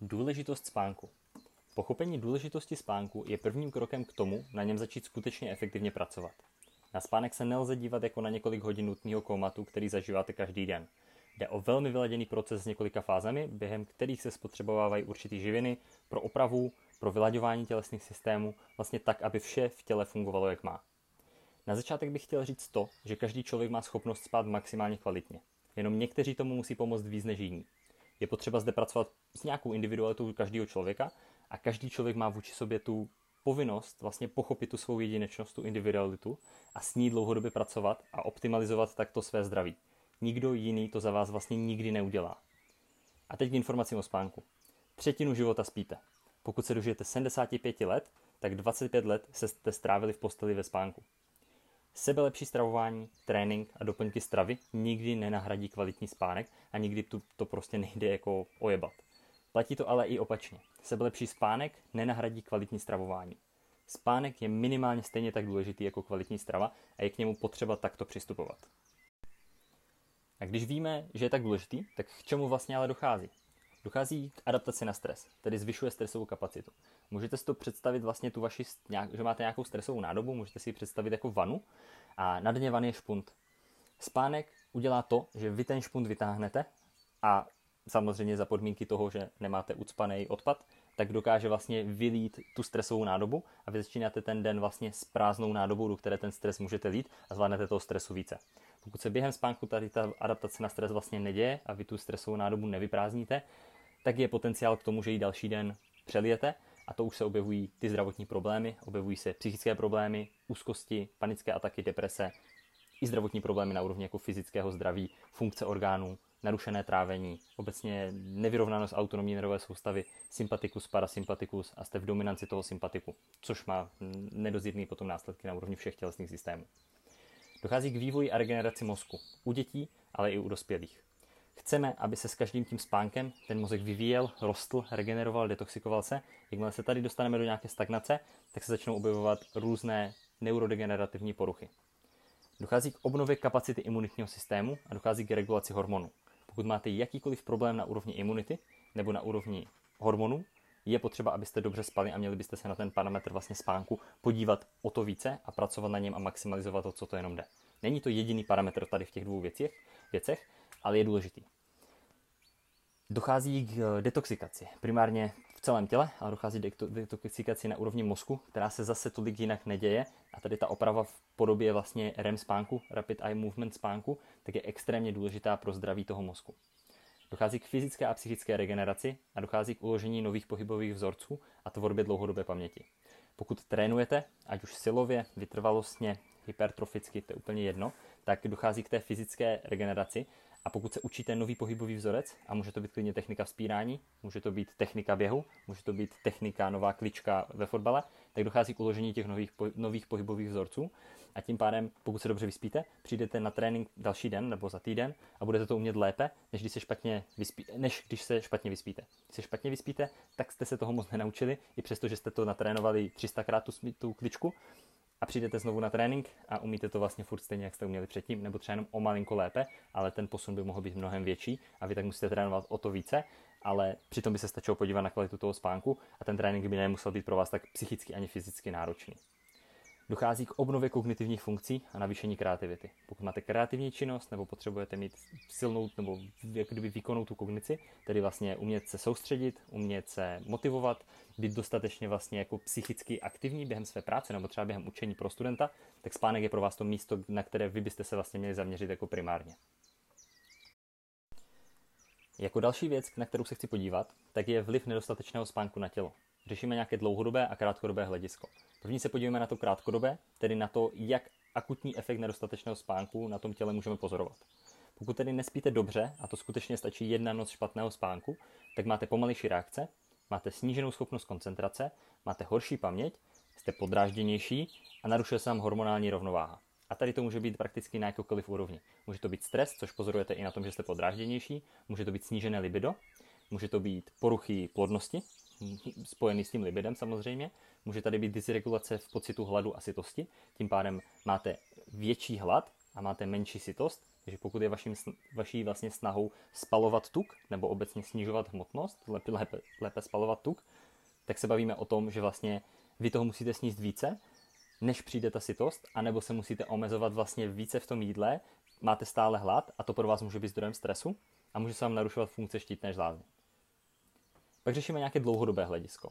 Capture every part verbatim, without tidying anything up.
Důležitost spánku. Pochopení důležitosti spánku je prvním krokem k tomu, na něm začít skutečně efektivně pracovat. Na spánek se nelze dívat jako na několik hodin nutného komatu, který zažíváte každý den. Jde o velmi vyladěný proces s několika fázami, během kterých se spotřebovávají určitý živiny pro opravu, pro vylaďování tělesných systémů, vlastně tak, aby vše v těle fungovalo, jak má. Na začátek bych chtěl říct to, že každý člověk má schopnost spát maximálně kvalitně. Jenom někteří tomu musí pomoct víc než jiní. Je potřeba zde pracovat s nějakou individualitou každého člověka a každý člověk má vůči sobě tu povinnost vlastně pochopit tu svou jedinečnost, tu individualitu a s ní dlouhodobě pracovat a optimalizovat takto své zdraví. Nikdo jiný to za vás vlastně nikdy neudělá. A teď k informacím o spánku. Třetinu života spíte. Pokud se dožijete sedmdesát pět let, tak dvacet pět let se jste strávili v posteli ve spánku. Sebelepší stravování, trénink a doplňky stravy nikdy nenahradí kvalitní spánek a nikdy to, to prostě nejde jako ojebat. Platí to ale i opačně. Sebelepší spánek nenahradí kvalitní stravování. Spánek je minimálně stejně tak důležitý jako kvalitní strava a je k němu potřeba takto přistupovat. A když víme, že je tak důležitý, tak k čemu vlastně ale dochází? Dochází k adaptaci na stres, tedy zvyšuje stresovou kapacitu. Můžete si to představit vlastně tu vaši, že máte nějakou stresovou nádobu, můžete si ji představit jako vanu a na dně vany je špunt. Spánek udělá to, že vy ten špunt vytáhnete a samozřejmě za podmínky toho, že nemáte ucpaný odpad, tak dokáže vlastně vylít tu stresovou nádobu a vy začínáte ten den vlastně s prázdnou nádobou, do které ten stres můžete lít a zvládnete toho stresu více. Pokud se během spánku tady ta adaptace na stres vlastně neděje a vy tu stresovou nádobu nevyprázdníte, tak je potenciál k tomu, že ji další den přelijete a to už se objevují ty zdravotní problémy, objevují se psychické problémy, úzkosti, panické ataky, deprese, i zdravotní problémy na úrovni jako fyzického zdraví, funkce orgánů, narušené trávení, obecně nevyrovnanost autonomní nervové soustavy, sympatikus, parasympatikus a jste v dominanci toho sympatiku, což má nedozírný potom následky na úrovni všech tělesných systémů. Dochází k vývoji a regeneraci mozku u dětí, ale i u dospělých. Chceme, aby se s každým tím spánkem ten mozek vyvíjel, rostl, regeneroval, detoxikoval se. Jakmile se tady dostaneme do nějaké stagnace, tak se začnou objevovat různé neurodegenerativní poruchy. Dochází k obnově kapacity imunitního systému a dochází k regulaci hormonů. Pokud máte jakýkoliv problém na úrovni imunity nebo na úrovni hormonů, je potřeba, abyste dobře spali a měli byste se na ten parametr vlastně spánku podívat o to více a pracovat na něm a maximalizovat to, co to jenom jde. Není to jediný parametr tady v těch dvou věcech, věcech, ale je důležitý. Dochází k detoxikaci, primárně v celém těle, ale dochází k detoxikaci na úrovni mozku, která se zase tolik jinak neděje. A tady ta oprava v podobě vlastně R E M spánku, Rapid Eye Movement spánku, tak je extrémně důležitá pro zdraví toho mozku. Dochází k fyzické a psychické regeneraci a dochází k uložení nových pohybových vzorců a tvorbě dlouhodobé paměti. Pokud trénujete, ať už silově, vytrvalostně, hypertroficky, to je úplně jedno, tak dochází k té fyzické regeneraci. A pokud se učíte nový pohybový vzorec, a může to být klidně technika vzpírání, může to být technika běhu, může to být technika nová klička ve fotbale, tak dochází k uložení těch nových, nových pohybových vzorců. A tím pádem, pokud se dobře vyspíte, přijdete na trénink další den nebo za týden a budete to umět lépe, než když se špatně vyspíte. Než když se špatně vyspíte. Když se špatně vyspíte, tak jste se toho moc nenaučili, i přesto, že jste to natrénovali tři sta krát tu, tu kličku. A přijdete znovu na trénink a umíte to vlastně furt stejně, jak jste uměli předtím, nebo třeba jenom o malinko lépe, ale ten posun by mohl být mnohem větší a vy tak musíte trénovat o to více, ale přitom by se stačilo podívat na kvalitu toho spánku a ten trénink by nemusel být pro vás tak psychicky ani fyzicky náročný. Dochází k obnově kognitivních funkcí a navýšení kreativity. Pokud máte kreativní činnost nebo potřebujete mít silnou nebo jak kdyby výkonnou tu kognici, tedy vlastně umět se soustředit, umět se motivovat, být dostatečně vlastně jako psychicky aktivní během své práce nebo třeba během učení pro studenta, tak spánek je pro vás to místo, na které vy byste se vlastně měli zaměřit jako primárně. Jako další věc, na kterou se chci podívat, tak je vliv nedostatečného spánku na tělo. Řešíme nějaké dlouhodobé a krátkodobé hledisko. První se podíváme na to krátkodobé, tedy na to, jak akutní efekt nedostatečného spánku na tom těle můžeme pozorovat. Pokud tedy nespíte dobře, a to skutečně stačí jedna noc špatného spánku, tak máte pomalejší reakce, máte sníženou schopnost koncentrace, máte horší paměť, jste podrážděnější a narušuje se vám hormonální rovnováha. A tady to může být prakticky na jakoukoliv úrovni. Může to být stres, což pozorujete i na tom, že jste podrážděnější, může to být snížené libido, může to být poruchy plodnosti, spojený s tím libidem samozřejmě. Může tady být dysregulace v pocitu hladu a sytosti, tím pádem máte větší hlad a máte menší sytost, Takže pokud je vaším, vaší vlastně snahou spalovat tuk nebo obecně snižovat hmotnost, lépe, lépe, lépe spalovat tuk, tak se bavíme o tom, že vlastně vy toho musíte sníst více, než přijde ta sytost, anebo se musíte omezovat vlastně více v tom jídle, máte stále hlad a to pro vás může být zdrojem stresu a může se vám narušovat funkce štítné žlázy. Pak řešíme nějaké dlouhodobé hledisko.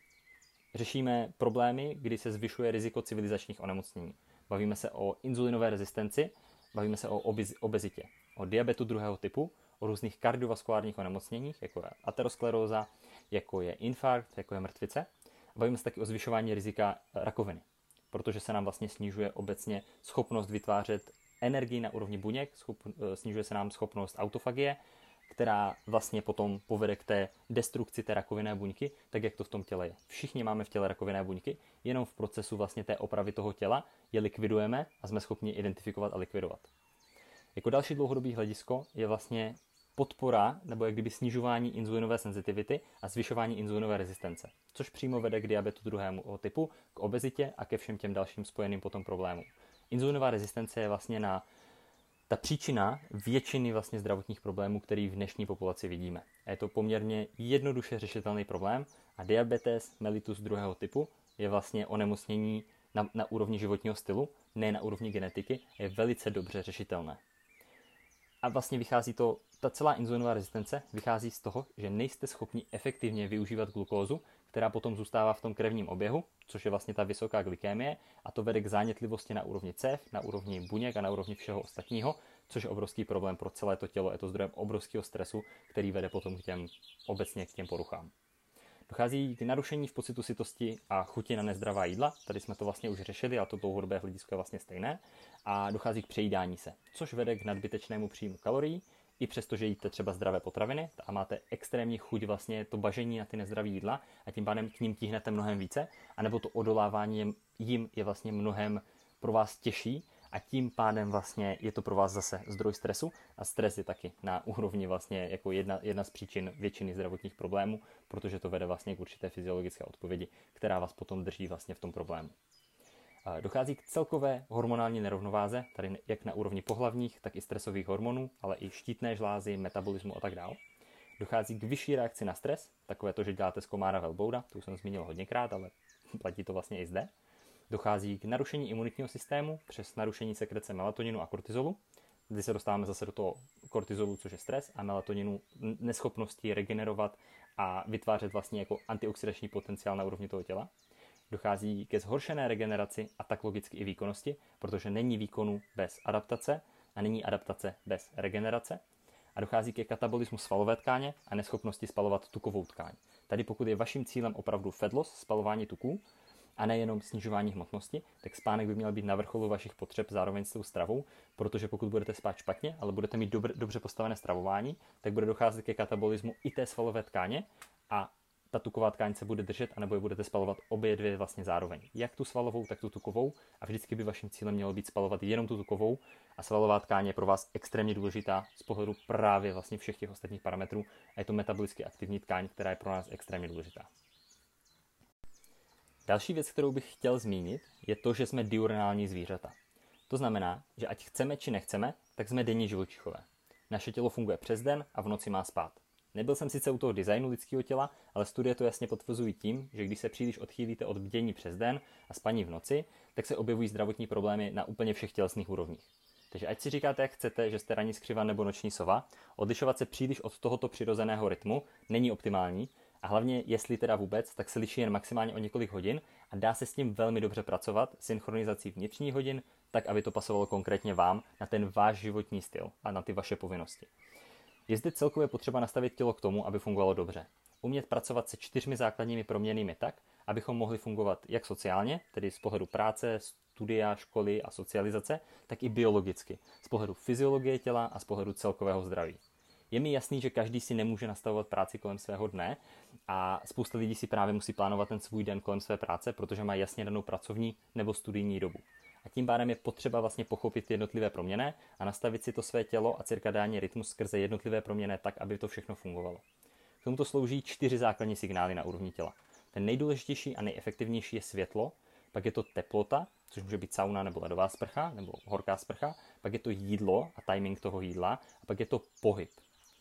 Řešíme problémy, kdy se zvyšuje riziko civilizačních onemocnění. Bavíme se o inzulinové rezistenci, bavíme se o obezitě, o diabetu druhého typu, o různých kardiovaskulárních onemocněních, jako je ateroskleróza, jako je infarkt, jako je mrtvice. Bavíme se taky o zvyšování rizika rakoviny, protože se nám vlastně snižuje obecně schopnost vytvářet energii na úrovni buněk, snižuje se nám schopnost autofagie, která vlastně potom povede k té destrukci té rakovinné buňky, tak jak to v tom těle je. Všichni máme v těle rakovinné buňky, jenom v procesu vlastně té opravy toho těla je likvidujeme a jsme schopni identifikovat a likvidovat. Jako další dlouhodobý hledisko je vlastně podpora nebo jak kdyby snižování inzulinové senzitivity a zvyšování inzulinové rezistence, což přímo vede k diabetu druhého typu, k obezitě a ke všem těm dalším spojeným potom problémům. Inzulinová rezistence je vlastně na ta příčina většiny vlastně zdravotních problémů, který v dnešní populaci vidíme. A je to poměrně jednoduše řešitelný problém a diabetes mellitus druhého typu je vlastně onemocnění na, na úrovni životního stylu, ne na úrovni genetiky, je velice dobře řešitelné. A vlastně vychází to, ta celá inzulinová rezistence vychází z toho, že nejste schopni efektivně využívat glukózu, která potom zůstává v tom krevním oběhu, což je vlastně ta vysoká glykémie, a to vede k zánětlivosti na úrovni cév, na úrovni buněk a na úrovni všeho ostatního, což je obrovský problém pro celé to tělo. Je to zdrojem obrovského stresu, který vede potom k těm, obecně k těm poruchám. Dochází k narušení v pocitu sytosti a chuti na nezdravá jídla. Tady jsme to vlastně už řešili, a to dlouhodobé hledisko je vlastně stejné. A dochází k přejídání se, což vede k nadbytečnému příjmu kalorií, i přesto, že jíte třeba zdravé potraviny a máte extrémní chuť vlastně to bažení na ty nezdravé jídla a tím pádem k ním tíhnete mnohem více, anebo to odolávání jim je vlastně mnohem pro vás těžší a tím pádem vlastně je to pro vás zase zdroj stresu a stres je taky na úrovni vlastně jako jedna, jedna z příčin většiny zdravotních problémů, protože to vede vlastně k určité fyziologické odpovědi, která vás potom drží vlastně v tom problému. Dochází k celkové hormonální nerovnováze, tady jak na úrovni pohlavních, tak i stresových hormonů, ale i štítné žlázy, metabolismu a tak dále. Dochází k vyšší reakci na stres, takové to, že děláte z komára velblouda, to už jsem zmínil hodněkrát, ale platí to vlastně i zde. Dochází k narušení imunitního systému přes narušení sekrece melatoninu a kortizolu. Kdy se dostáváme zase do toho kortizolu, což je stres, a melatoninu neschopnosti regenerovat a vytvářet vlastně jako antioxidační potenciál na úrovni toho těla. Dochází ke zhoršené regeneraci a tak logicky i výkonnosti, protože není výkonu bez adaptace a není adaptace bez regenerace. A dochází ke katabolismu svalové tkáně a neschopnosti spalovat tukovou tkáň. Tady pokud je vaším cílem opravdu fat loss, spalování tuků, a nejenom snižování hmotnosti, tak spánek by měl být na vrcholu vašich potřeb zároveň s tou stravou, protože pokud budete spát špatně, ale budete mít dobře, dobře postavené stravování, tak bude docházet ke katabolismu i té svalové tkáně a ta tuková tkáň se bude držet, anebo je budete spalovat obě dvě vlastně zároveň. Jak tu svalovou, tak tu tukovou, a vždycky by vaším cílem mělo být spalovat jenom tu tukovou a svalová tkáň je pro vás extrémně důležitá z pohledu právě vlastně všech těch ostatních parametrů a je to metabolicky aktivní tkáň, která je pro nás extrémně důležitá. Další věc, kterou bych chtěl zmínit, je to, že jsme diurnální zvířata. To znamená, že ať chceme či nechceme, tak jsme denní živočichové. Naše tělo funguje přes den a v noci má spát. Nebyl jsem sice u toho designu lidského těla, ale studie to jasně potvrzují tím, že když se příliš odchýlíte od bdění přes den a spaní v noci, tak se objevují zdravotní problémy na úplně všech tělesných úrovních. Takže ať si říkáte, jak chcete, že jste ranní skřiva nebo noční sova, odlišovat se příliš od tohoto přirozeného rytmu není optimální a hlavně, jestli teda vůbec, tak se liší jen maximálně o několik hodin a dá se s tím velmi dobře pracovat synchronizací vnitřních hodin, tak aby to pasovalo konkrétně vám na ten váš životní styl a na ty vaše povinnosti. Je zde celkově potřeba nastavit tělo k tomu, aby fungovalo dobře. Umět pracovat se čtyřmi základními proměnnými tak, abychom mohli fungovat jak sociálně, tedy z pohledu práce, studia, školy a socializace, tak i biologicky, z pohledu fyziologie těla a z pohledu celkového zdraví. Je mi jasný, že každý si nemůže nastavovat práci kolem svého dne a spousta lidí si právě musí plánovat ten svůj den kolem své práce, protože má jasně danou pracovní nebo studijní dobu. A tím pádem je potřeba vlastně pochopit jednotlivé proměnné a nastavit si to své tělo a cirkadiální rytmus skrze jednotlivé proměnné tak, aby to všechno fungovalo. K tomuto slouží čtyři základní signály na úrovni těla. Ten nejdůležitější a nejefektivnější je světlo, pak je to teplota, což může být sauna nebo ledová sprcha, nebo horká sprcha, pak je to jídlo a timing toho jídla a pak je to pohyb.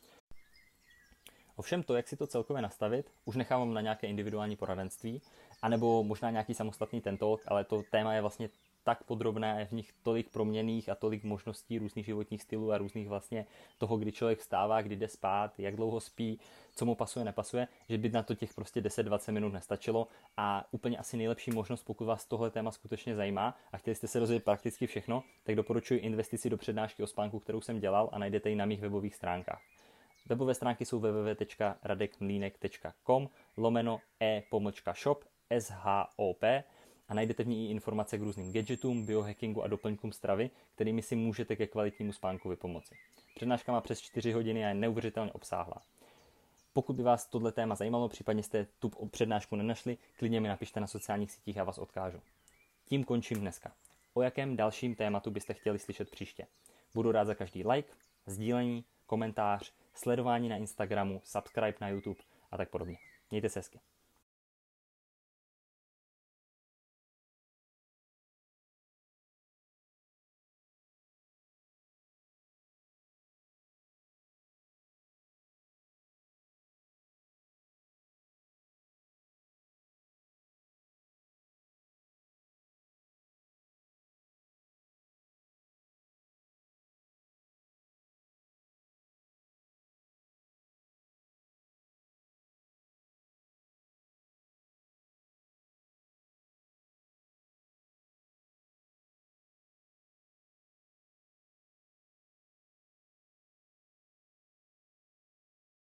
Ovšem to, jak si to celkově nastavit, už nechávám na nějaké individuální poradenství, anebo možná nějaký samostatný ten talk, ale to téma je vlastně tak podrobné, je v nich tolik proměnných a tolik možností různých životních stylů a různých vlastně toho, kdy člověk vstává, kdy jde spát, jak dlouho spí, co mu pasuje, nepasuje, že by na to těch prostě deset dvacet minut nestačilo a úplně asi nejlepší možnost, pokud vás tohle téma skutečně zajímá a chtěli jste se dozvědět prakticky všechno, tak doporučuji investici do přednášky o spánku, kterou jsem dělal a najdete ji na mých webových stránkách. Webové stránky jsou w w w tečka radek mlínek tečka com lomeno e pomlčka shop shop a najdete v ní i informace k různým gadgetům, biohackingu a doplňkům stravy, kterými si můžete ke kvalitnímu spánku vypomoci. Přednáška má přes čtyři hodiny a je neuvěřitelně obsáhlá. Pokud by vás tohle téma zajímalo, případně jste tu přednášku nenašli, klidně mi napište na sociálních sítích a vás odkážu. Tím končím dneska. O jakém dalším tématu byste chtěli slyšet příště? Budu rád za každý like, sdílení, komentář, sledování na Instagramu, subscribe na YouTube a tak podobně. Mějte se hezky.